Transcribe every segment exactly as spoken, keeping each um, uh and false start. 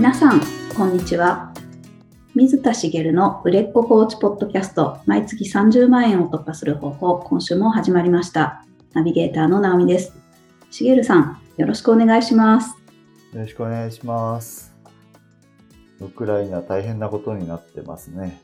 皆さんこんにちは。水田茂の売れっ子コーチポッドキャスト、毎月さんじゅうまんえんを突破する方法、今週も始まりました。ナビゲーターの直美です。茂さん、よろしくお願いします。 よろしくお願いします。ウクライナ大変なことになってますね。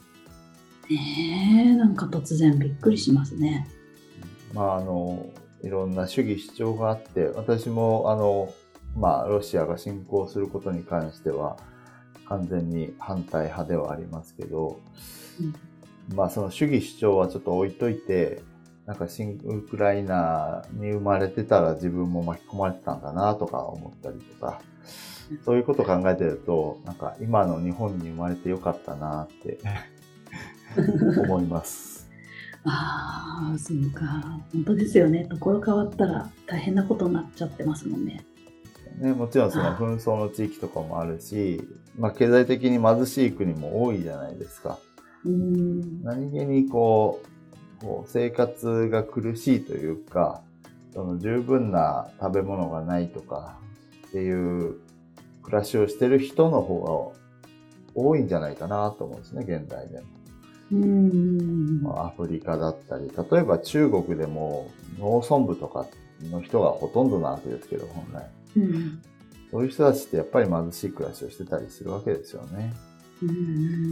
ねえ、なんか突然びっくりしますね。 まああのいろんな主義主張があって、私もあのまあロシアが侵攻することに関しては完全に反対派ではありますけど、うん、まあその主義主張はちょっと置いといて、なんか新ウクライナに生まれてたら自分も巻き込まれてたんだなとか思ったりとか、そういうことを考えてると、なんか今の日本に生まれてよかったなって思います。 ああ、そうか。本当ですよね。ところ変わったら大変なことになっちゃってますもんね。 ね、もちろんその紛争の地域とかもあるし、まあ経済的に貧しい国も多いじゃないですか。 うーん、 何気にこう、こう生活が苦しいというか、その十分な食べ物がないとかっていう暮らしをしてる人の方が多いんじゃないかなと思うんですね、現代でも。 うーん、 アフリカだったり、例えば中国でも農村部とかの人がほとんどなわけですけど、本来。うん、そういう人たちってやっぱり貧しい暮らしをしてたりするわけですよね。うん、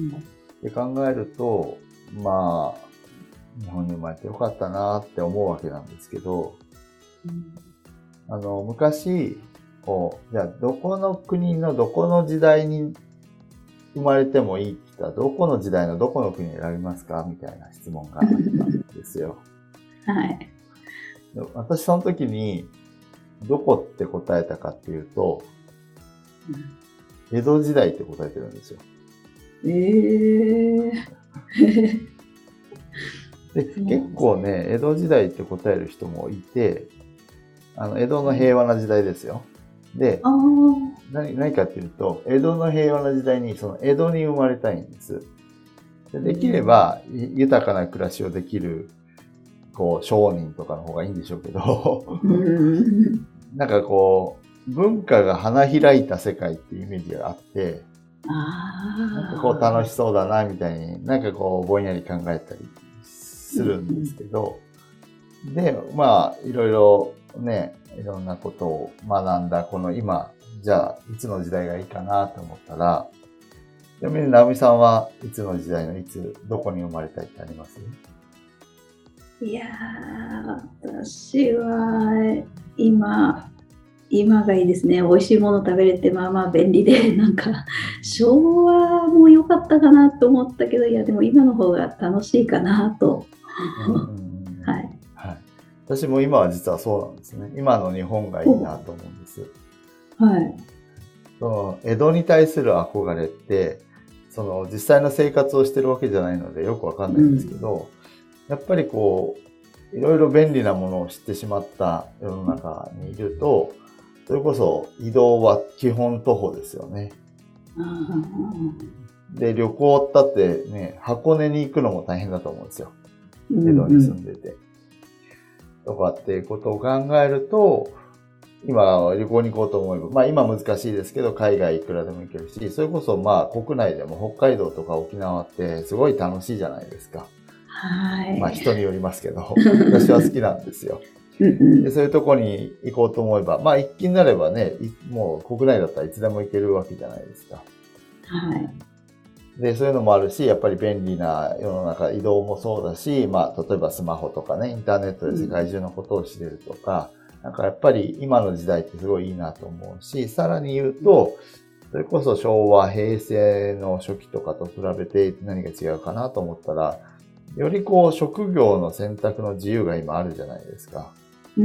で考えると、まあ、日本に生まれてよかったなって思うわけなんですけど、うん、あの、昔、こう、じゃあどこの国のどこの時代に生まれてもいいって言ったら、どこの時代のどこの国を選びますかみたいな質問があったんですよ。 はい。 私その時に、どこって答えたかっていうと、うん、江戸時代って答えてるんですよ。 えー、 で結構ね、江戸時代って答える人もいて、あの江戸の平和な時代ですよ。で、何, 何かっていうと、江戸の平和な時代に、その江戸に生まれたいんです。で, できれば、豊かな暮らしをできる、こう、商人とかの方がいいんでしょうけど、なんかこう、文化が花開いた世界っていうイメージがあって、なんかこう楽しそうだな、みたいに、なんかこう、ぼんやり考えたりするんですけど、で、まあ、いろいろね、いろんなことを学んだ、この今、じゃあ、いつの時代がいいかなと思ったら、ちなみに、直美さんはいつの時代のいつ、どこに生まれたいってあります？ いやー、私は今、今がいいですね。美味しいもの食べれて、まあまあ便利で、なんか昭和も良かったかなと思ったけど、いやでも今の方が楽しいかなと。はい。 はい。私も今は実はそうなんですね。今の日本がいいなと思うんです。 はい。 その江戸に対する憧れって、その実際の生活をしてるわけじゃないのでよくわかんないんですけど、うん、やっぱりこういろいろ便利なものを知ってしまった世の中にいると、それこそ移動は基本徒歩ですよね。で、旅行だってね、箱根に行くのも大変だと思うんですよ。江戸に住んでて。うんうん、とかっていうことを考えると、今旅行に行こうと思えば、まあ今難しいですけど、海外いくらでも行けるし、それこそまあ国内でも北海道とか沖縄ってすごい楽しいじゃないですか。 はい。 まあ人によりますけど、私は好きなんですよ。でそういうとこに行こうと思えば、まあ一気になればね、もう国内だったらいつでも行けるわけじゃないですか。 はい。 で、そういうのもあるし、やっぱり便利な世の中、移動もそうだし、まあ例えばスマホとかね、インターネットで世界中のことを知れるとか、うん、なんかやっぱり今の時代ってすごいいいなと思うし、さらに言うと、それこそ昭和、平成の初期とかと比べて何が違うかなと思ったら、よりこう職業の選択の自由が今あるじゃないですか。うん、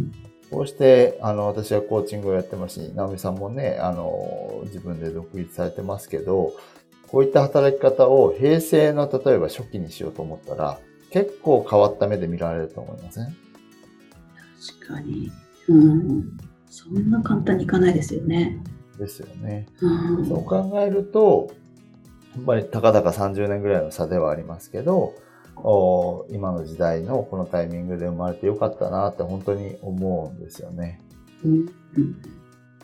こうして、あの、私はコーチングをやってますし、直美さんもね、あの、自分で独立されてますけど、こういった働き方を平成の例えば初期にしようと思ったら、結構変わった目で見られると思いません？ 確かに。うん。そんな簡単にいかないですよね。 ですよね。うん、そう考えると、やっぱりたかだかさんじゅうねんぐらいの差ではありますけど、今の時代のこのタイミングで生まれてよかったなって本当に思うんですよね。うんうん、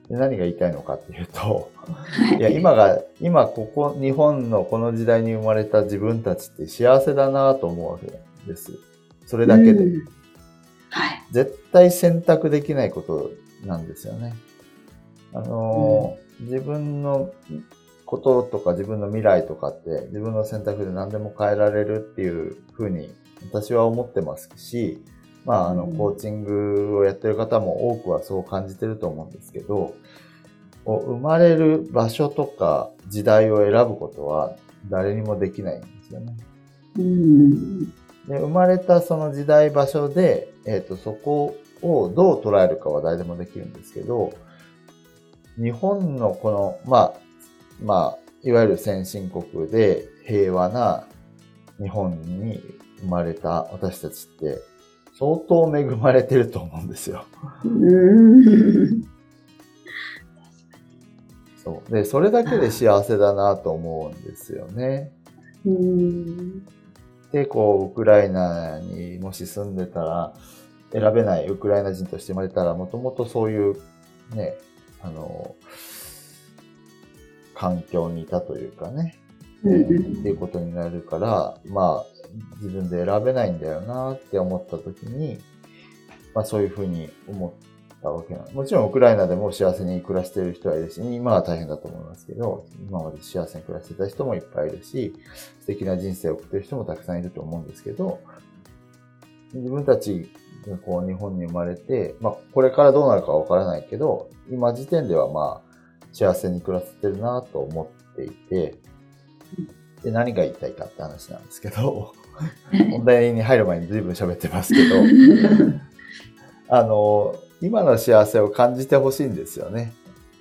で何が言いたいのかっていうと、いや、今が、今ここ、日本のこの時代に生まれた自分たちって幸せだなと思うわけです。それだけで。 はい、 絶対選択できないことなんですよね。あの、うん、自分のこととか自分の未来とかって自分の選択で何でも変えられるっていうふうに私は思ってますし、まあ、あの、コーチングをやってる方も多くはそう感じてると思うんですけど、生まれる場所とか時代を選ぶことは誰にもできないんですよね。 うん、 で、生まれたその時代場所で、えっと、そこをどう捉えるかは誰でもできるんですけど、日本のこの、まあ、まあ、いわゆる先進国で平和な日本に生まれた私たちって相当恵まれてると思うんですよ。 うんそうで、それだけで幸せだなと思うんですよね。 うんで、こう、ウクライナにもし住んでたら、選べないウクライナ人として生まれたら、もともとそういうね、あの、環境にいたというかね、うんうん、っていうことになるから、まあ、自分で選べないんだよなって思った時に、まあそういうふうに思ったわけなんです。もちろんウクライナでも幸せに暮らしている人はいるし、今は大変だと思いますけど、今まで幸せに暮らしてた人もいっぱいいるし、素敵な人生を送っている人もたくさんいると思うんですけど、自分たちがこう日本に生まれて、まあこれからどうなるかわからないけど、今時点ではまあ幸せに暮らせてるなと思っていて、で何が言いたいかって話なんですけど、本題に入る前に随分喋ってますけど、あの、今の幸せを感じてほしいんですよね。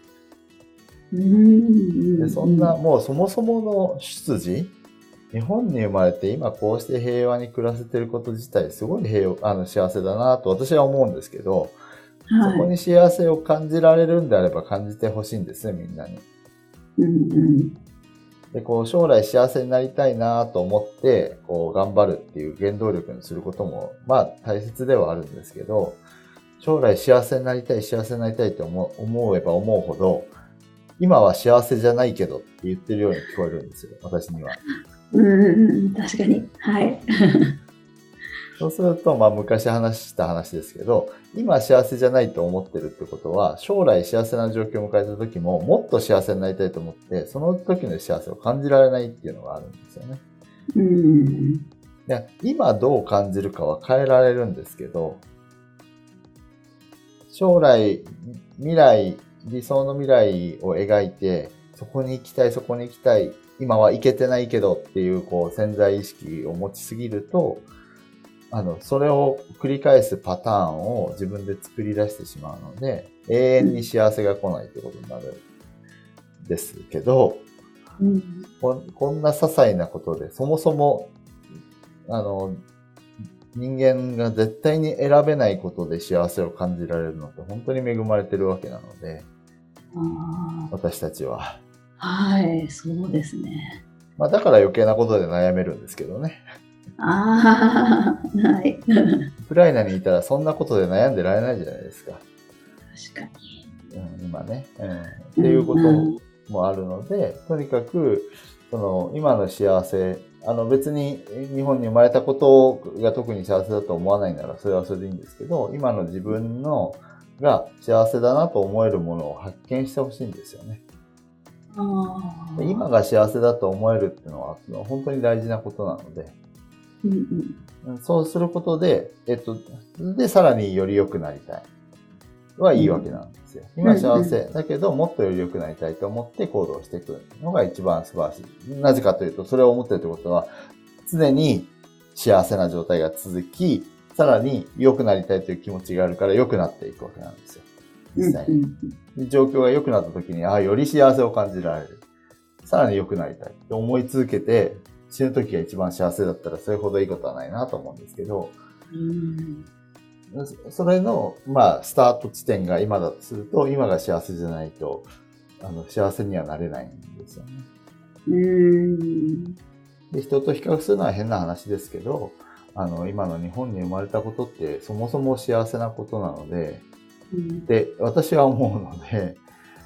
でそんな、もうそもそもの出自、日本に生まれて今こうして平和に暮らせてること自体すごい平和、あの幸せだなと私は思うんですけど、はい、そこに幸せを感じられるんであれば感じてほしいんですね、みんなに。 うんうんで、こう、将来幸せになりたいなと思って、こう、頑張るっていう原動力にすることも、まあ、大切ではあるんですけど、将来幸せになりたい、幸せになりたいって思思えば思うほど、今は幸せじゃないけどって言ってるように聞こえるんですよ、私には。 うん、確かに。はい。 そうすると、まあ昔話した話ですけど、今幸せじゃないと思ってるってことは、将来幸せな状況を迎えた時も、もっと幸せになりたいと思って、その時の幸せを感じられないっていうのがあるんですよね。 うん、 で今どう感じるかは変えられるんですけど、将来、未来、理想の未来を描いて、そこに行きたい、そこに行きたい、今は行けてないけどっていう、こう、潜在意識を持ちすぎると、あの、それを繰り返すパターンを自分で作り出してしまうので、永遠に幸せが来ないってことになるんですけど、うん、こ, こんな些細なことで、そもそも、あの、人間が絶対に選べないことで幸せを感じられるのって本当に恵まれてるわけなので、あ私たちは。 はい、そうですね。 まあだから余計なことで悩めるんですけどね。 ああ、はい。 ウクライナにいたらそんなことで悩んでられないじゃないですか。 確かに。 うん、今ね、うん。っていうこともあるので、うん、とにかく、その、今の幸せ、あの別に日本に生まれたことが特に幸せだと思わないならそれはそれでいいんですけど、今の自分のが幸せだなと思えるものを発見してほしいんですよね。あ今が幸せだと思えるっていうのは本当に大事なことなので、うんうん、そうすることで、えっと、で、さらにより良くなりたいはいいわけなんですよ。今幸せだけど、もっとより良くなりたいと思って行動していくのが一番素晴らしい。なぜかというと、それを思ってるってことは、常に幸せな状態が続き、さらに良くなりたいという気持ちがあるから良くなっていくわけなんですよ。実際に。状況が良くなった時に、ああ、より幸せを感じられる。さらに良くなりたいって思い続けて、死ぬ時が一番幸せだったらそれほどいいことはないなと思うんですけど、うんそれの、まあ、スタート地点が今だとすると、今が幸せじゃないと、あの、幸せにはなれないんですよね。うーんで、人と比較するのは変な話ですけど、あの、今の日本に生まれたことって、そもそも幸せなことなので、うん、で、私は思うので、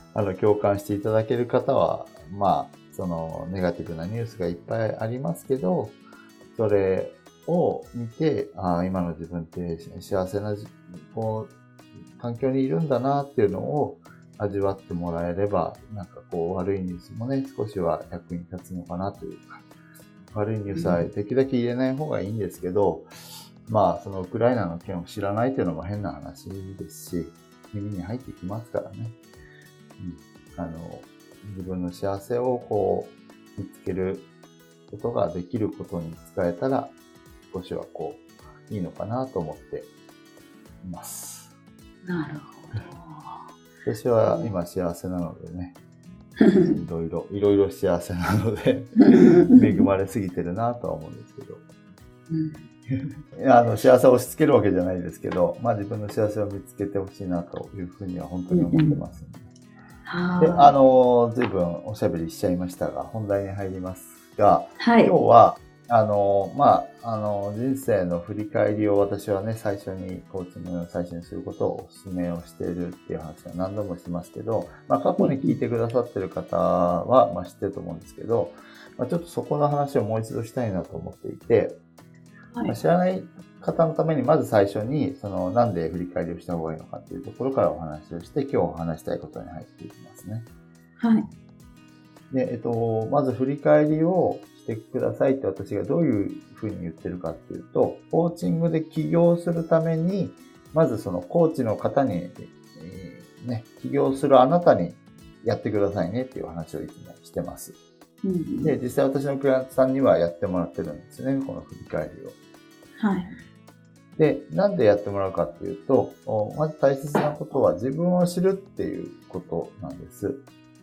あの、共感していただける方は、まあ、その、ネガティブなニュースがいっぱいありますけど、それを見て、ああ、今の自分って幸せな、こう、環境にいるんだなっていうのを味わってもらえれば、なんかこう、悪いニュースもね、少しは役に立つのかなというか、悪いニュースはできるだけ入れない方がいいんですけど、うん、まあ、そのウクライナの件を知らないというのも変な話ですし、耳に入ってきますからね。うん、あの、自分の幸せをこう、見つけることができることに使えたら、少しはこう、いいのかなと思っています。 なるほど。 私は今幸せなのでね、いろいろ、いろいろ幸せなので、恵まれすぎてるなとは思うんですけど。うん、あの幸せを押し付けるわけじゃないですけど、まあ自分の幸せを見つけてほしいなというふうには本当に思ってますので。うん、で、あの、随分おしゃべりしちゃいましたが、本題に入りますが、はい、今日は、あの、まあ、あの、人生の振り返りを私はね、最初にコーチングの最初にすることをお勧めをしているっていう話は何度もしてますけど、まあ過去に聞いてくださってる方は、まあ知ってると思うんですけど、まあ、ちょっとそこの話をもう一度したいなと思っていて、はい、まあ、知らない方のためにまず最初に、その、なんで振り返りをした方がいいのかっていうところからお話をして、今日お話したいことに入っていきますね。 はい。 で、えっと、まず振り返りをしてくださいって私がどういうふうに言ってるかっていうと、コーチングで起業するために、まずそのコーチの方に、えー、ね、起業するあなたにやってくださいねっていう話をいつもしてます。うん、で、実際私のクライアントさんにはやってもらってるんですね、この振り返りを。 はい。 で、なんでやってもらうかっていうと、まず大切なことは自分を知るっていうことなんです。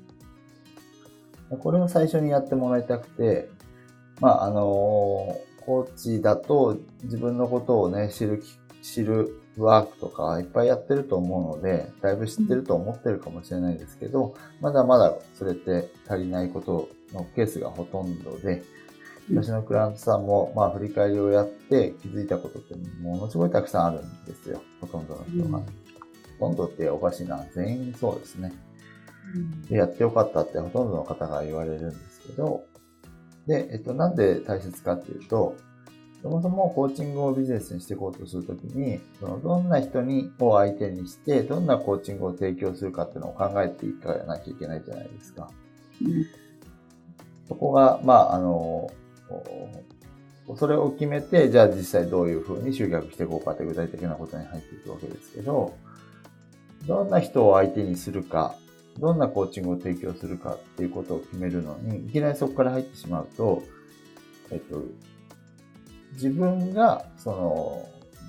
これを最初にやってもらいたくて、まあ、あのー、コーチだと自分のことをね、知る、知るワークとかいっぱいやってると思うので、だいぶ知ってると思ってるかもしれないですけど、まだまだそれって足りないことのケースがほとんどで、私のクライアントさんも、まあ、振り返りをやって気づいたことってものすごいたくさんあるんですよ。ほとんどの人が。うん、ほとんどっておかしいな。全員そうですね。うん、で、やってよかったってほとんどの方が言われるんですけど、で、えっと、なんで大切かっていうと、そもそもコーチングをビジネスにしていこうとするときに、そのどんな人にを相手にして、どんなコーチングを提供するかっていうのを考えていかなきゃいけないじゃないですか。うん、そこが、まあ、あの、それを決めて、じゃあ実際どういうふうに集客していこうかって具体的なことに入っていくわけですけど、どんな人を相手にするか、どんなコーチングを提供するかっていうことを決めるのに、いきなりそこから入ってしまうと、えっと、自分が、その、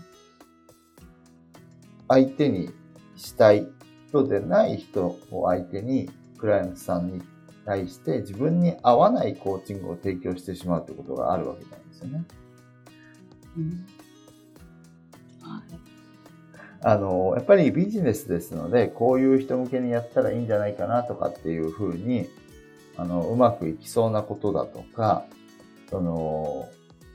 相手にしたい人でない人を相手に、クライアントさんに対して自分に合わないコーチングを提供してしまうということがあるわけなんですよね。うんはい、あの、やっぱりビジネスですので、こういう人向けにやったらいいんじゃないかなとかっていうふうに、あの、うまくいきそうなことだとか、その、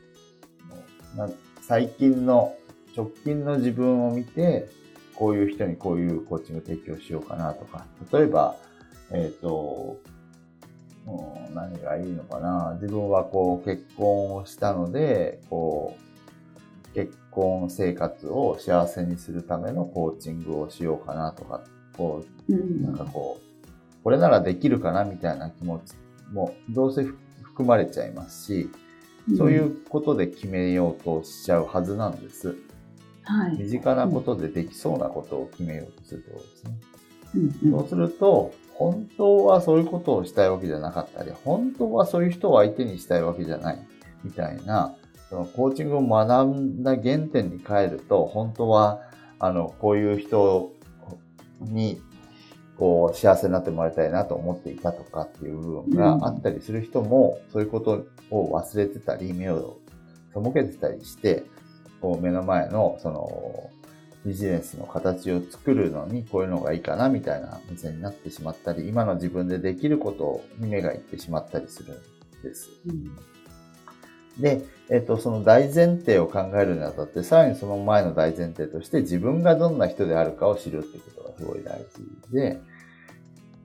最近の、直近の自分を見て、こういう人にこういうコーチング提供しようかなとか、例えば、えっと、うん、何がいいのかな。自分はこう結婚をしたので、こう、結婚生活を幸せにするためのコーチングをしようかなとか、こう、うん、なんかこう、これならできるかなみたいな気持ちもどうせ含まれちゃいますし、そういうことで決めようとしちゃうはずなんです。はい。身近なことでできそうなことを決めようとするところですね。うんうん、そうすると、本当はそういうことをしたいわけじゃなかったり、本当はそういう人を相手にしたいわけじゃないみたいな、そのコーチングを学んだ原点に帰ると、本当は、あの、こういう人に、こう、幸せになってもらいたいなと思っていたとかっていう部分があったりする人も、うん、そういうことを忘れてたり、目を背けてたりして、こう目の前の、その、ビジネスの形を作るのにこういうのがいいかなみたいな目線になってしまったり、今の自分でできることに目がいってしまったりするんです。うん、で、えっと、その大前提を考えるにあたって、さらにその前の大前提として自分がどんな人であるかを知るっていうことがすごい大事で、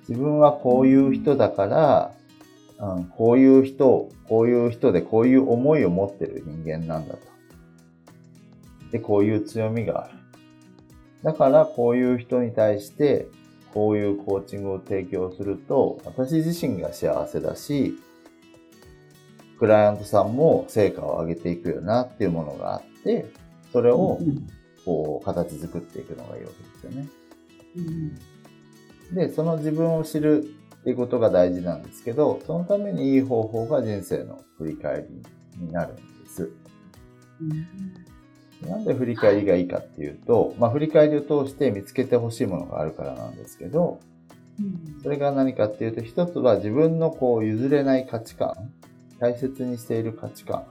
自分はこういう人だから、うん、こういう人、こういう人でこういう思いを持ってる人間なんだと。で、こういう強みがある。だからこういう人に対してこういうコーチングを提供すると私自身が幸せだし、クライアントさんも成果を上げていくよなっていうものがあって、それをこう形作っていくのがいいわけですよね。うん、で、その自分を知るっていうことが大事なんですけど、そのためにいい方法が人生の振り返りになるんです。うん、なんで振り返りがいいかっていうと、まあ振り返りを通して見つけてほしいものがあるからなんですけど、うん、それが何かっていうと、一つは自分のこう譲れない価値観、大切にしている価値観、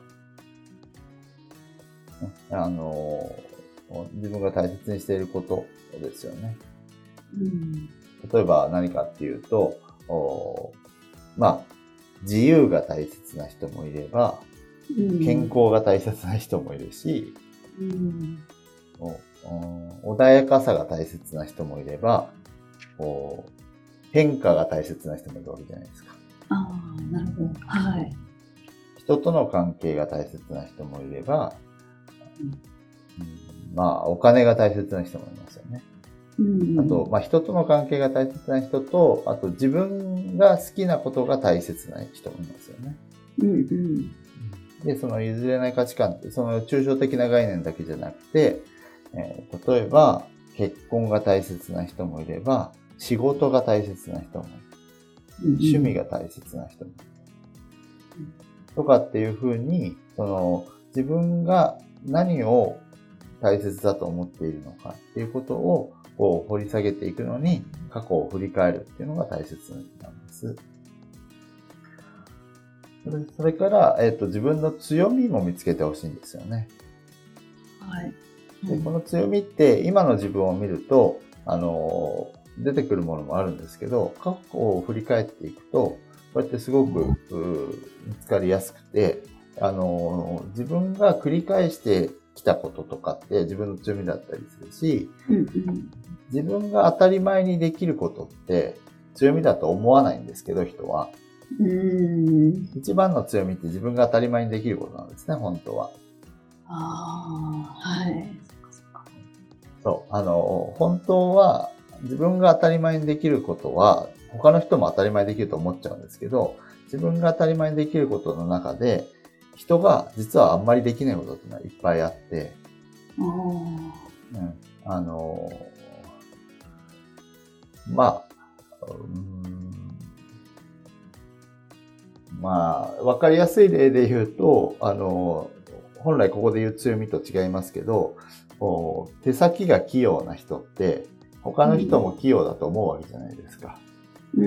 あの自分が大切にしていることですよね。うん、例えば何かっていうと、まあ自由が大切な人もいれば、うん、健康が大切な人もいるし、うん、穏やかさが大切な人もいれば、こう変化が大切な人もいるわけじゃないですか。 ああ、なるほど。はい。 人との関係が大切な人もいれば、うん、まあお金が大切な人もいますよね。うん、あと、まあ人との関係が大切な人と、あと自分が好きなことが大切な人もいますよね。うんうん、で、その譲れない価値観って、その抽象的な概念だけじゃなくて、えー、例えば結婚が大切な人もいれば、仕事が大切な人もいる。うんうん、趣味が大切な人もいる。とかっていうふうに、その自分が何を大切だと思っているのかっていうことをこう掘り下げていくのに、過去を振り返るっていうのが大切なんです。それから、えっと、自分の強みも見つけてほしいんですよね。はい。うん、でこの強みって今の自分を見ると、あの、出てくるものもあるんですけど、過去を振り返っていくと、こうやってすごく見つかりやすくて、あの、自分が繰り返してきたこととかって自分の強みだったりするし、うんうん、自分が当たり前にできることって強みだと思わないんですけど、人は。うーん、一番の強みって自分が当たり前にできることなんですね、本当は。 ああ、はい。 そう、あの、本当は自分が当たり前にできることは、他の人も当たり前にできると思っちゃうんですけど、自分が当たり前にできることの中で、人が実はあんまりできないことってのはいっぱいあって、うん、あの、まあ、うーんまあ、わかりやすい例で言うと、あの、本来ここで言う強みと違いますけど、手先が器用な人って、他の人も器用だと思うわけじゃないですか。うんうん、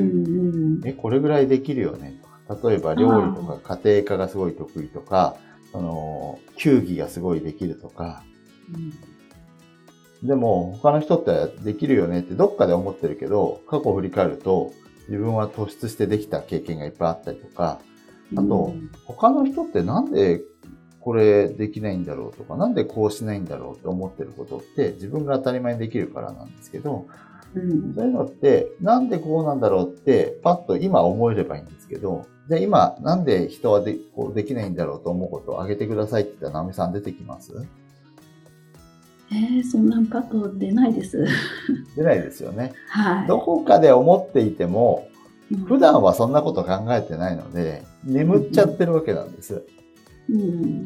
え、これぐらいできるよねとか。例えば料理とか家庭科がすごい得意とか、その、球技がすごいできるとか。うん、でも、他の人ってできるよねってどっかで思ってるけど、過去を振り返ると、自分は突出してできた経験がいっぱいあったりとか、あと、うん、他の人ってなんでこれできないんだろうとか、なんでこうしないんだろうって思ってることって自分が当たり前にできるからなんですけど、うん、そういうのってなんでこうなんだろうってパッと今思えればいいんですけど、じゃあ今なんで人はでこうできないんだろうと思うことを挙げてくださいって言ったら直美さん出てきます？ えー、そんなパッと出ないです。 出ないですよね。 はい。 どこかで思っていても、普段はそんなこと考えてないので、眠っちゃってるわけなんです。うん、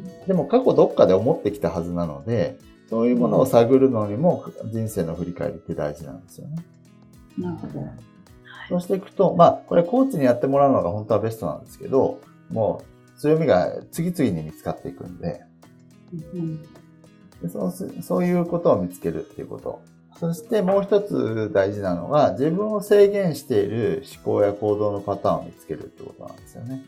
でも過去どっかで思ってきたはずなので、そういうものを探るのにも人生の振り返りって大事なんですよね。 なるほど。 そうしていくと、まあ、これコーチにやってもらうのが本当はベストなんですけど、もう強みが次々に見つかっていくんで、うん、でそうす、そういうことを見つけるっていうこと。そしてもう一つ大事なのが、自分を制限している思考や行動のパターンを見つけるってことなんですよね。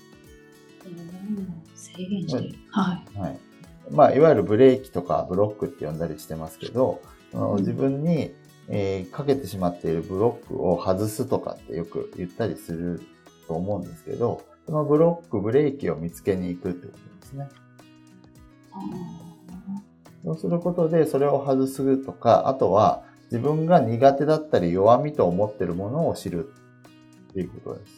制限している。はい。 はい。まあ、いわゆるブレーキとかブロックって呼んだりしてますけど、うん、自分に、えー、かけてしまっているブロックを外すとかってよく言ったりすると思うんですけど、そのブロック、ブレーキを見つけに行くってことですね。そうすることで、それを外すとか、あとは自分が苦手だったり弱みと思っているものを知るっていうことです。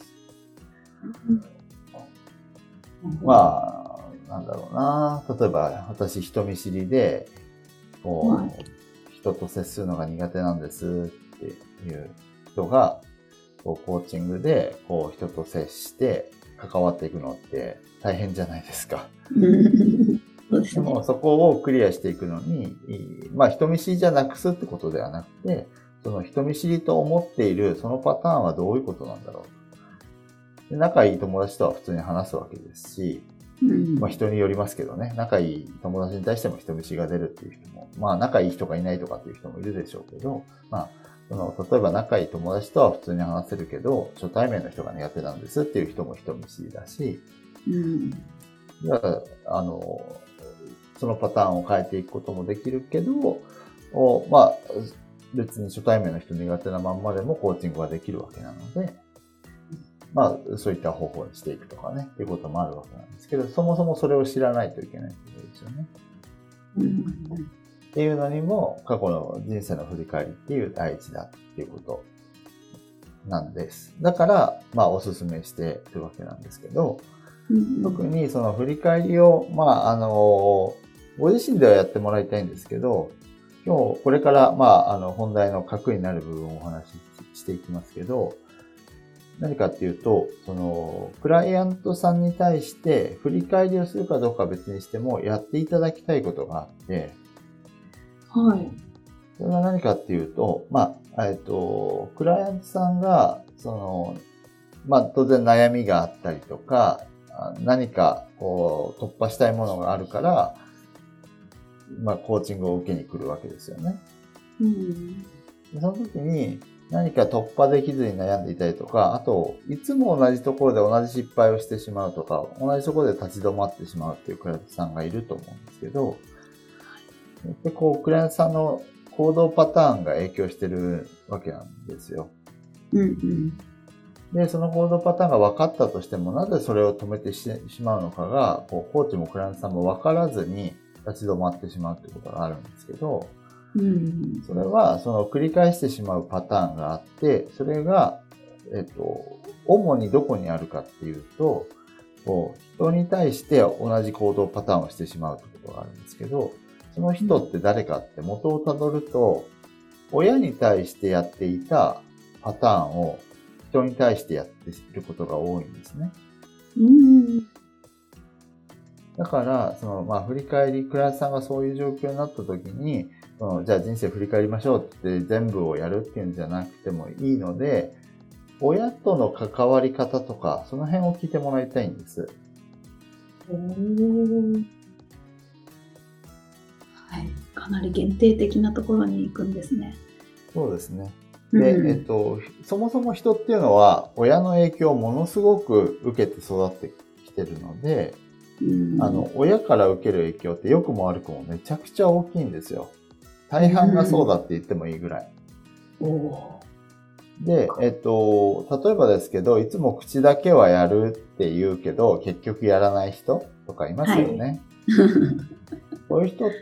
うん、 まあ、なんだろうな。例えば、私人見知りで、こう、はい、人と接するのが苦手なんですっていう人が、こうコーチングでこう人と接して関わっていくのって大変じゃないですか。 そうですね、 でもそこをクリアしていくのに、まあ人見知りじゃなくすってことではなくて、その人見知りと思っているそのパターンはどういうことなんだろうと。で、仲いい友達とは普通に話すわけですし、うん、まあ人によりますけどね、仲いい友達に対しても人見知りが出るっていう人も、まあ仲いい人がいないとかっていう人もいるでしょうけど、まあその例えば仲いい友達とは普通に話せるけど、初対面の人が苦手なんですっていう人も人見知りだし、うん、だからあのそのパターンを変えていくこともできるけど、まあ別に初対面の人苦手なまんまでもコーチングができるわけなので、まあそういった方法にしていくとかね、っていうこともあるわけなんですけど、そもそもそれを知らないといけないってことですよね。うん、っていうのにも過去の人生の振り返りっていう第一だっていうことなんです。だからまあおすすめしてるわけなんですけど、うん、特にその振り返りをまああのご自身ではやってもらいたいんですけど、今日これからまああの本題の核になる部分をお話ししていきますけど、何かっていうと、そのクライアントさんに対して振り返りをするかどうかは別にしてもやっていただきたいことがあって、 はい。 それは何かっていうと、まあ、えっと、クライアントさんが、その、まあ、当然悩みがあったりとか、何か、こう、突破したいものがあるから、まあ、コーチングを受けに来るわけですよね。うん。その時に、何か突破できずに悩んでいたりとか、あと、いつも同じところで同じ失敗をしてしまうとか、同じところで立ち止まってしまうっていうクライアントさんがいると思うんですけど、でこう、クライアントさんの行動パターンが影響してるわけなんですよ。うんうん、で、その行動パターンが分かったとしても、なぜそれを止めてしまうのかが、こうコーチもクライアントさんも分からずに立ち止まってしまうってことがあるんですけど、うん、それはその繰り返してしまうパターンがあって、それが、えっと、主にどこにあるかっていうと、こう人に対して同じ行動パターンをしてしまうってことがあるんですけど、その人って誰かって元をたどると、親に対してやっていたパターンを人に対してやっていることが多いんですね。うん、だから、その、まあ、振り返り、クライアントさんがそういう状況になった時に、そのじゃあ人生振り返りましょうって全部をやるっていうんじゃなくてもいいので、親との関わり方とか、その辺を聞いてもらいたいんです。 おー、はい、かなり限定的なところに行くんですね。 そうですね。で、うん、えっと、そもそも人っていうのは、親の影響をものすごく受けて育ってきてるので、うん、あの、親から受ける影響って良くも悪くもめちゃくちゃ大きいんですよ。大半がそうだって言ってもいいぐらい。うん、で、えっと、例えばですけど、いつも口だけはやるって言うけど、結局やらない人とかいますよね。はい、そういう人って、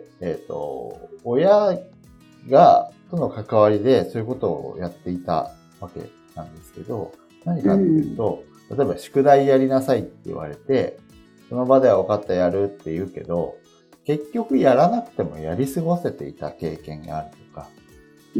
えっと、親が、との関わりでそういうことをやっていたわけなんですけど、何かっていうと、うん、例えば宿題やりなさいって言われて、その場では分かったやるって言うけど、結局やらなくてもやり過ごせていた経験があるとか。うん、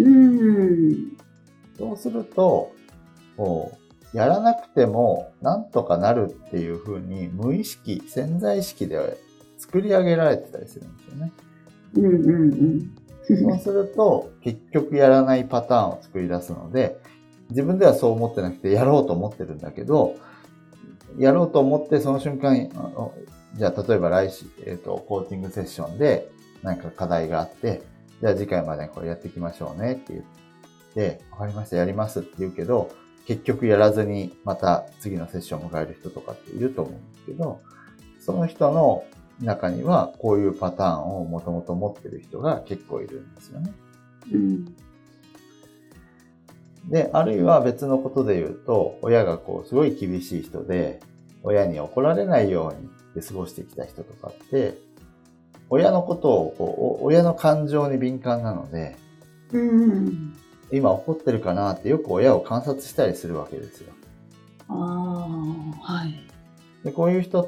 そうすると、もうやらなくてもなんとかなるっていう風に無意識、潜在意識で作り上げられてたりするんですよね。うんうんうんそうすると、結局やらないパターンを作り出すので、自分ではそう思ってなくてやろうと思ってるんだけど、やろうと思ってその瞬間、じゃあ例えば来週、えっと、コーチングセッションで何か課題があって、じゃあ次回までこれやっていきましょうねって言って、わかりました、やりますって言うけど、結局やらずにまた次のセッションを迎える人とかっていると思うんですけど、その人の中にはこういうパターンをもともと持ってる人が結構いるんですよね。うん、で、あるいは別のことで言うと、親がこうすごい厳しい人で、親に怒られないようにで過ごしてきた人とかって、親のことをこう、親の感情に敏感なので、うん、 今怒ってるかなってよく親を観察したりするわけですよ。 ああ、はい。 で、こういう人って、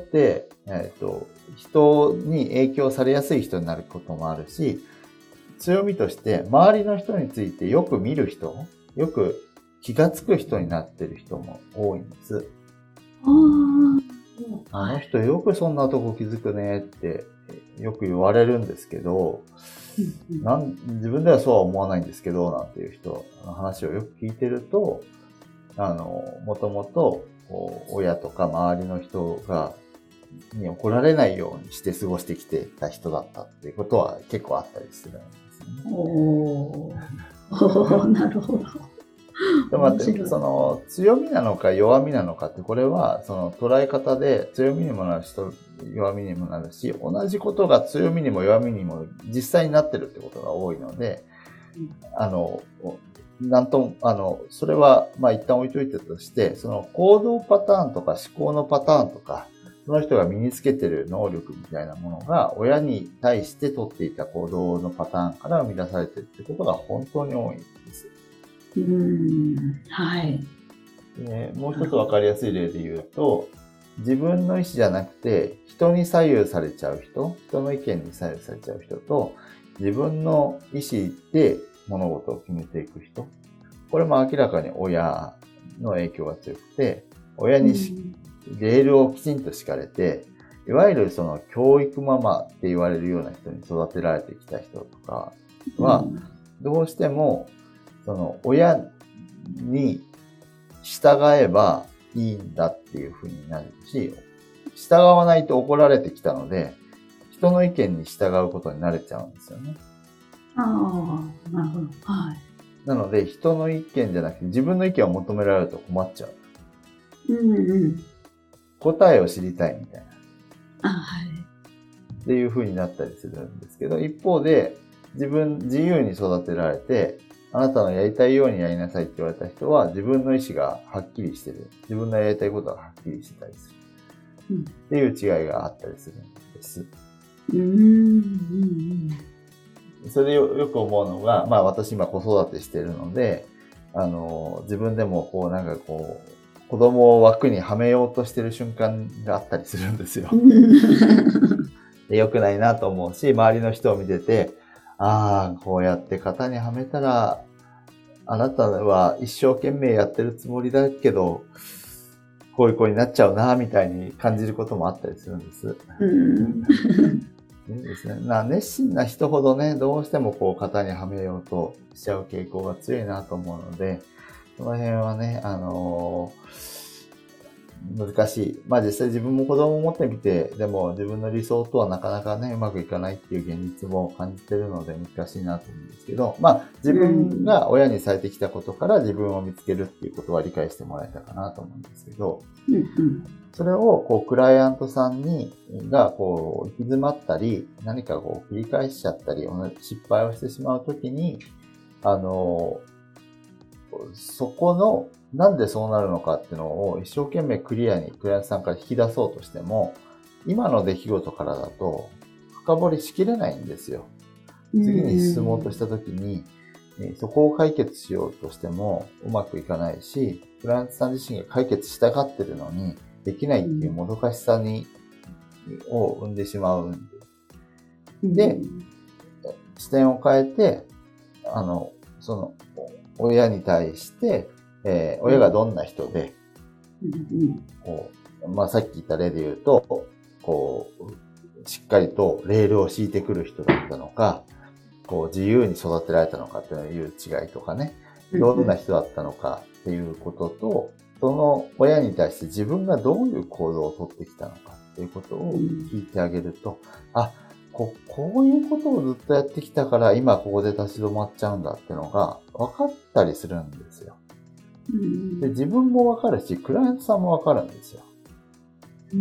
えっと、人に影響されやすい人になることもあるし、強みとして周りの人についてよく見る人、よく気がつく人になってる人も多いんです。 ああ、あの人よくそんなとこ気づくねってよく言われるんですけど、なん自分ではそうは思わないんですけど、なんていう人の話をよく聞いてると、あの、もともと親とか周りの人がに怒られないようにして過ごしてきてた人だったっていうことは結構あったりするんですよね。 おー、なるほど。 でも待って、その強みなのか弱みなのかって、これはその捉え方で強みにもなるし弱みにもなるし、同じことが強みにも弱みにも実際になってるってことが多いので、うん、あの、なんとも、あの、それはまあ一旦置いといてとして、その行動パターンとか思考のパターンとか、その人が身につけてる能力みたいなものが親に対して取っていた行動のパターンから生み出されてるってことが本当に多いんです。 うーん、はい。 で、もう一つ分かりやすい例で言うと、自分の意思じゃなくて人に左右されちゃう人、人の意見に左右されちゃう人と、自分の意思で物事を決めていく人。これも明らかに親の影響が強くて、親にし、うんレールをきちんと敷かれて、いわゆるその教育ママって言われるような人に育てられてきた人とかは、どうしてもその親に従えばいいんだっていう風になるし、従わないと怒られてきたので、人の意見に従うことに慣れちゃうんですよね。 ああ、なるほど。はい。 なので、人の意見じゃなくて自分の意見を求められると困っちゃう。 うんうん。 答えを知りたいみたいな。あ、はい。 っていう風になったりするんですけど、一方で自分、自由に育てられて、あなたのやりたいようにやりなさいって言われた人は自分の意思がはっきりしてる。自分のやりたいことがはっきりしてたりする。うん、っていう違いがあったりするんです。 うーんうんうん、それで よ, よく思うのが、まあ私今子育てしてるので、あの、自分でもこうなんかこう、子供を枠にはめようとしてる瞬間があったりするんですよ。で良くないなと思うし、周りの人を見てて、ああ、こうやって型にはめたら、あなたは一生懸命やってるつもりだけど、こういう子になっちゃうな、みたいに感じることもあったりするんです。うんいいですね。な熱心な人ほどね、どうしてもこう型にはめようとしちゃう傾向が強いなと思うので、その辺はね、あのー、難しい。まあ実際自分も子供を持ってみて、でも自分の理想とはなかなかね、うまくいかないっていう現実も感じてるので難しいなと思うんですけど、まあ自分が親にされてきたことから自分を見つけるっていうことは理解してもらえたかなと思うんですけど、 うんうんそれをこうクライアントさんにがこう行き詰まったり、何かこう繰り返しちゃったり、失敗をしてしまうときに、あの、そこのなんでそうなるのかっていうのを一生懸命クリアにクライアントさんから引き出そうとしても、今の出来事からだと深掘りしきれないんですよ。次に進もうとしたときに、そこを解決しようとしてもうまくいかないし、クライアントさん自身が解決したがってるのに、できないっていうもどかしさに、うん、を生んでしまうんで、で、視点を変えて、あの、その、親に対して、えー、親がどんな人で、こうまあ、さっき言った例で言うと、こう、しっかりとレールを敷いてくる人だったのか、こう、自由に育てられたのかっていう違いとかね、どんな人だったのかっていうことと、その親に対して自分がどういう行動をとってきたのかっていうことを聞いてあげると、うん、あこ、こういうことをずっとやってきたから今ここで立ち止まっちゃうんだっていうのが分かったりするんですよ。うん、で自分も分かるし、クライアントさんも分かるんですよ。うん、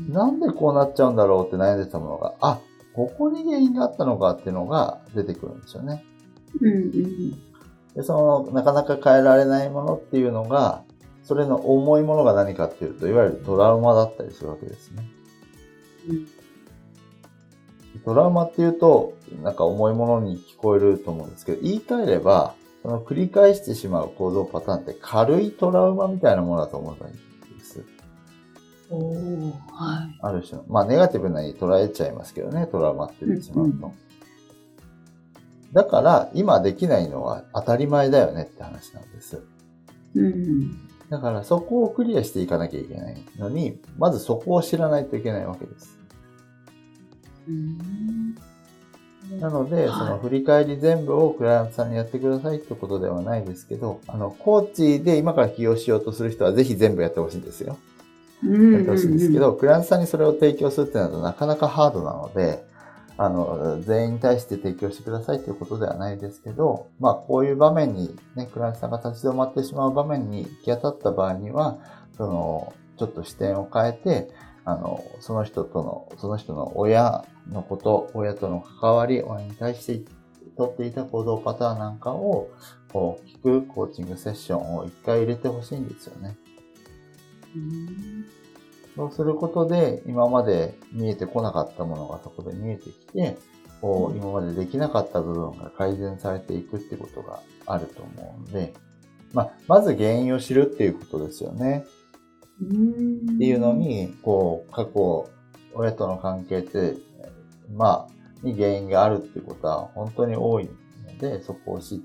なんでこうなっちゃうんだろうって悩んでたものが、あ、ここに原因があったのかっていうのが出てくるんですよね。うんうん、でそのなかなか変えられないものっていうのが、それの重いものが何かっていうと、いわゆるトラウマだったりするわけですね。うん、トラウマっていうと、なんか重いものに聞こえると思うんですけど、言い換えれば、 その繰り返してしまう行動パターンって軽いトラウマみたいなものだと思えばいいんです。 おー、はい。 ある種の、まあネガティブなに捉えちゃいますけどね、トラウマって言ってしまうと。うんうん、だから今できないのは当たり前だよねって話なんです。 うん、 だからそこをクリアしていかなきゃいけないのに、まずそこを知らないといけないわけです。 うん、 なので、はい、その振り返り全部をクライアントさんにやってくださいってことではないですけど、あの、コーチで今から起用しようとする人はぜひ全部やってほしいんですよ。やってほしいんですけど、クライアントさんにそれを提供するってなるとなかなかハードなので、あの、全員に対して提供してくださいということではないですけど、まあ、こういう場面にね、クライアントさんが立ち止まってしまう場面に行き当たった場合には、その、ちょっと視点を変えて、あの、その人との、その人の親のこと、親との関わり、親に対して取っていた行動パターンなんかを、こう、聞くコーチングセッションを一回入れてほしいんですよね。 うん、 そうすることで、今まで見えてこなかったものがそこで見えてきて、こう、今までできなかった部分が改善されていくってことがあると思うので、まあ、まず原因を知るっていうことですよね。っていうのに、こう、過去、親との関係って、まあ、に原因があるっていうことは本当に多いので、そこを知って、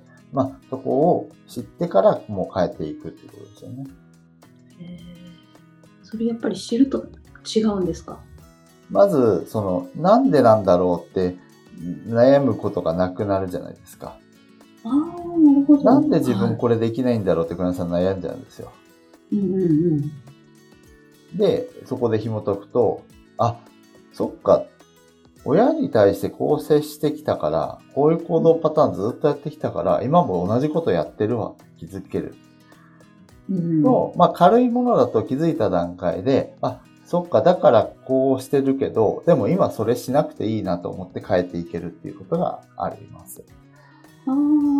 まあ、そこを知ってからもう変えていくっていうことですよね。 へー、それやっぱり知ると違うんですか？ まず、その、なんでなんだろうって悩むことがなくなるじゃないですか。 ああ、なるほど。 なんで自分これできないんだろうってクライアントさん悩んじゃうんですよ。 うんうんうん。 で、そこで紐解くと、あ、そっか、親に対してこう接してきたから、こういう行動パターンずっとやってきたから、今も同じことやってるわって気づける。うん、と、まあ軽いものだと気づいた段階で、あ、そっか、だからこうしてるけど、でも今それしなくていいなと思って変えていけるっていうことがあります。あ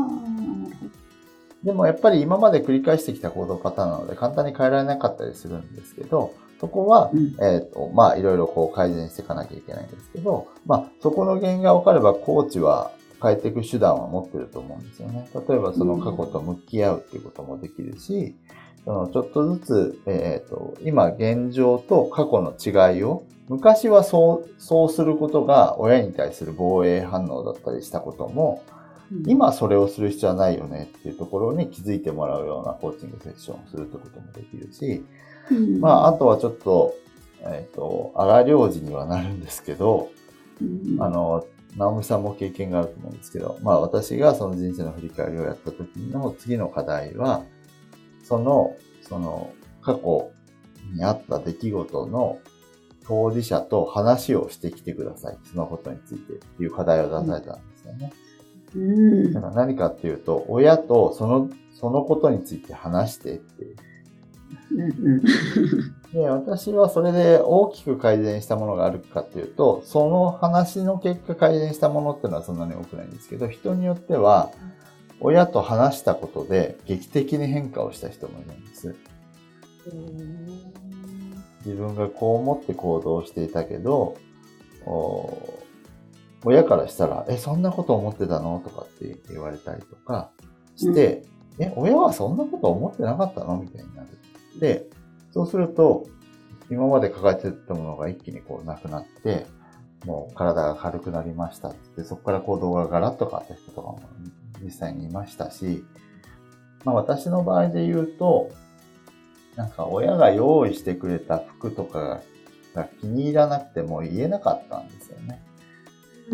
でもやっぱり今まで繰り返してきた行動パターンなので簡単に変えられなかったりするんですけど、そこは、うん、えっと、まあいろいろこう改善していかなきゃいけないんですけど、まあそこの原因が分かればコーチは変えていく手段は持ってると思うんですよね。例えばその過去と向き合うっていうこともできるし、そのちょっとずつ、えっと、今現状と過去の違いを、昔はそう、そうすることが親に対する防衛反応だったりしたことも、今それをする必要はないよねっていうところに気づいてもらうようなコーチングセッションをするってこともできるし、うん、まあ、あとはちょっと、えっと、荒療治にはなるんですけど、うん、あの、直美さんも経験があると思うんですけど、まあ私がその人生の振り返りをやった時の次の課題は、その、その、過去にあった出来事の当事者と話をしてきてください。そのことについてっていう課題を出されたんですよね。うん、だから何かっていうと、親とその、そのことについて話してっていう。うんうん、で、私はそれで大きく改善したものがあるかっていうと、その話の結果改善したものっていうのはそんなに多くないんですけど、人によっては、親と話したことで劇的に変化をした人もいるんです。自分がこう思って行動していたけど、親からしたら、え、そんなこと思ってたのとかって言われたりとかして、うん、え、親はそんなこと思ってなかったのみたいになる。で、そうすると、今まで抱えてたものが一気にこうなくなって、もう体が軽くなりましたって言って、そこから行動がガラッと変わった人とかも実際にいましたし、まあ私の場合で言うと、なんか親が用意してくれた服とかが気に入らなくても言えなかったんですよね。うん、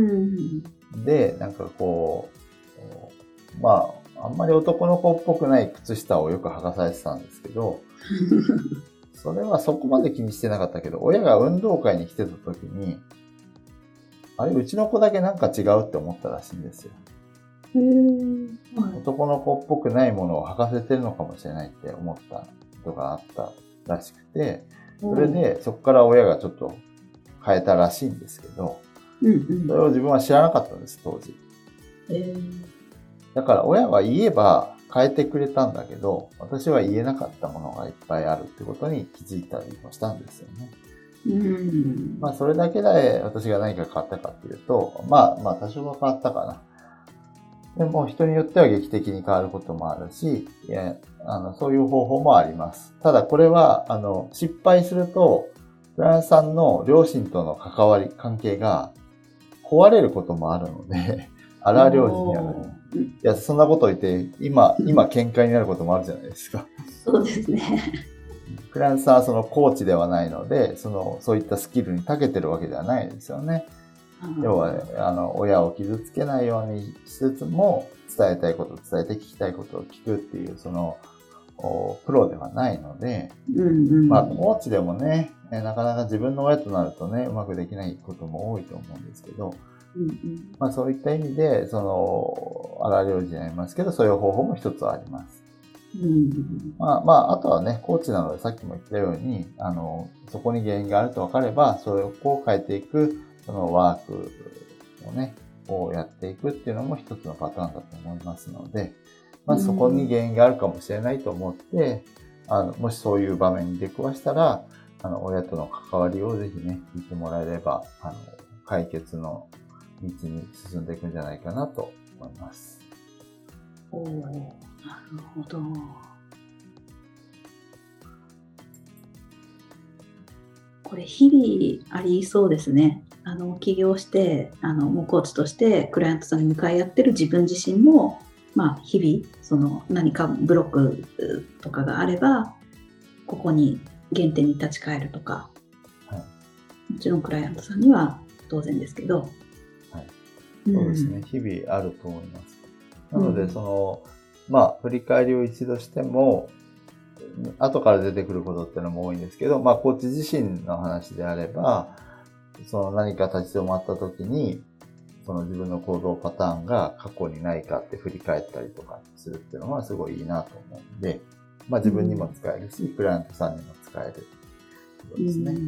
で、なんかこう、まあ、あんまり男の子っぽくない靴下をよく履かされてたんですけど、それはそこまで気にしてなかったけど、親が運動会に来てた時に、あれ、うちの子だけなんか違うって思ったらしいんですよ。へー、はい、男の子っぽくないものを履かせてるのかもしれないって思ったことがあったらしくて、それでそこから親がちょっと変えたらしいんですけど、うんうん、それを自分は知らなかったんです、当時。えー、だから親は言えば変えてくれたんだけど、私は言えなかったものがいっぱいあるってことに気づいたりもしたんですよね。うん、まあそれだけで私が何か変わったかっていうと、まあまあ多少は変わったかな。 でも人によっては劇的に変わることもあるし、いやあのそういう方法もあります。ただこれはあの失敗すると、クライアントさんの両親との関わり、関係が壊れることもあるので、荒療治にはね。いや、そんなこと言って、今、今喧嘩になることもあるじゃないですか。 そうですね。 クライアントさんはそのコーチではないので、その、そういったスキルに長けてるわけではないですよね。要は、ね、あの、親を傷つけないようにしつつも、伝えたいことを伝えて聞きたいことを聞くっていう、その、プロではないので、うんうん、まあ、コーチでもね、なかなか自分の親となるとね、うまくできないことも多いと思うんですけど、うんうん、まあそういった意味で、その、荒療治になりますけど、そういう方法も一つはあります。うんうん、まあ、まあ、あとはね、コーチなのでさっきも言ったように、あの、そこに原因があると分かれば、それをこう変えていく、そのワークをね、こうやっていくっていうのも一つのパターンだと思いますので、まあそこに原因があるかもしれないと思って、あの、もしそういう場面に出くわしたら、あの、親との関わりをぜひね、聞いてもらえれば、あの、解決の道に進んでいくんじゃないかなと思います。 おー、なるほど。これ日々ありそうですね。あの起業してあのもうコーチとしてクライアントさんに向かい合ってる自分自身も、まあ、日々その何かブロックとかがあればここに原点に立ち返るとか、はい、もちろんクライアントさんには当然ですけど、 はい、そうですね、うん、日々あると思います。なのでその、うん、まあ振り返りを一度しても後から出てくることっていうのも多いんですけど、まあコーチ自身の話であれば、その何か立ち止まった時に、その自分の行動パターンが過去にないかって振り返ったりとかするっていうのはすごいいいなと思うんで、まあ自分にも使えるし、うん、クライアントさんにも使えることですね、うんうん。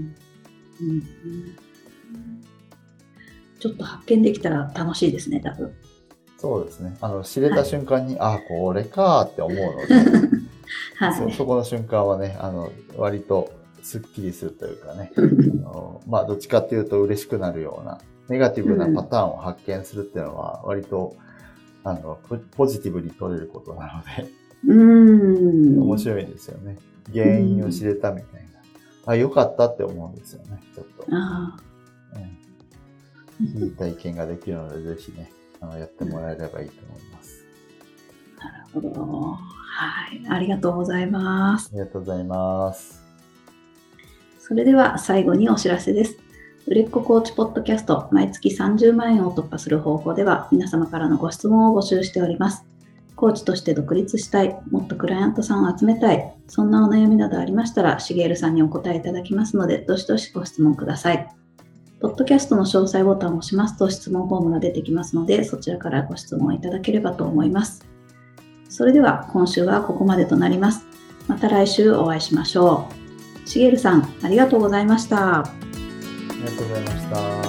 ちょっと発見できたら楽しいですね、多分。 そうですね。あの、知れた瞬間に、はい、あ、これかって思うので、はい、そ, そこの瞬間はね、あの、割とスッキリするというかね、あのまあ、どっちかっていうと嬉しくなるような、ネガティブなパターンを発見するっていうのは、割と、あの、ポジティブに取れることなので、うーん面白いですよね。原因を知れたみたいな。あ、よかったって思うんですよね、ちょっと。あうん、いい体験ができるので、ぜひね、あのやってもらえればいいと思います。 なるほど。はい、ありがとうございます。 ありがとうございます。 それでは最後にお知らせです。売れっ子コーチポッドキャスト、毎月さんじゅうまんえんを突破する方法では、皆様からのご質問を募集しております。コーチとして独立したい、もっとクライアントさんを集めたい、そんなお悩みなどありましたら、しげるさんにお答えいただきますので、どしどしご質問ください。ポッドキャストの詳細ボタンを押しますと質問フォームが出てきますので、そちらからご質問いただければと思います。それでは今週はここまでとなります。また来週お会いしましょう。しげるさん、ありがとうございました。 ありがとうございました。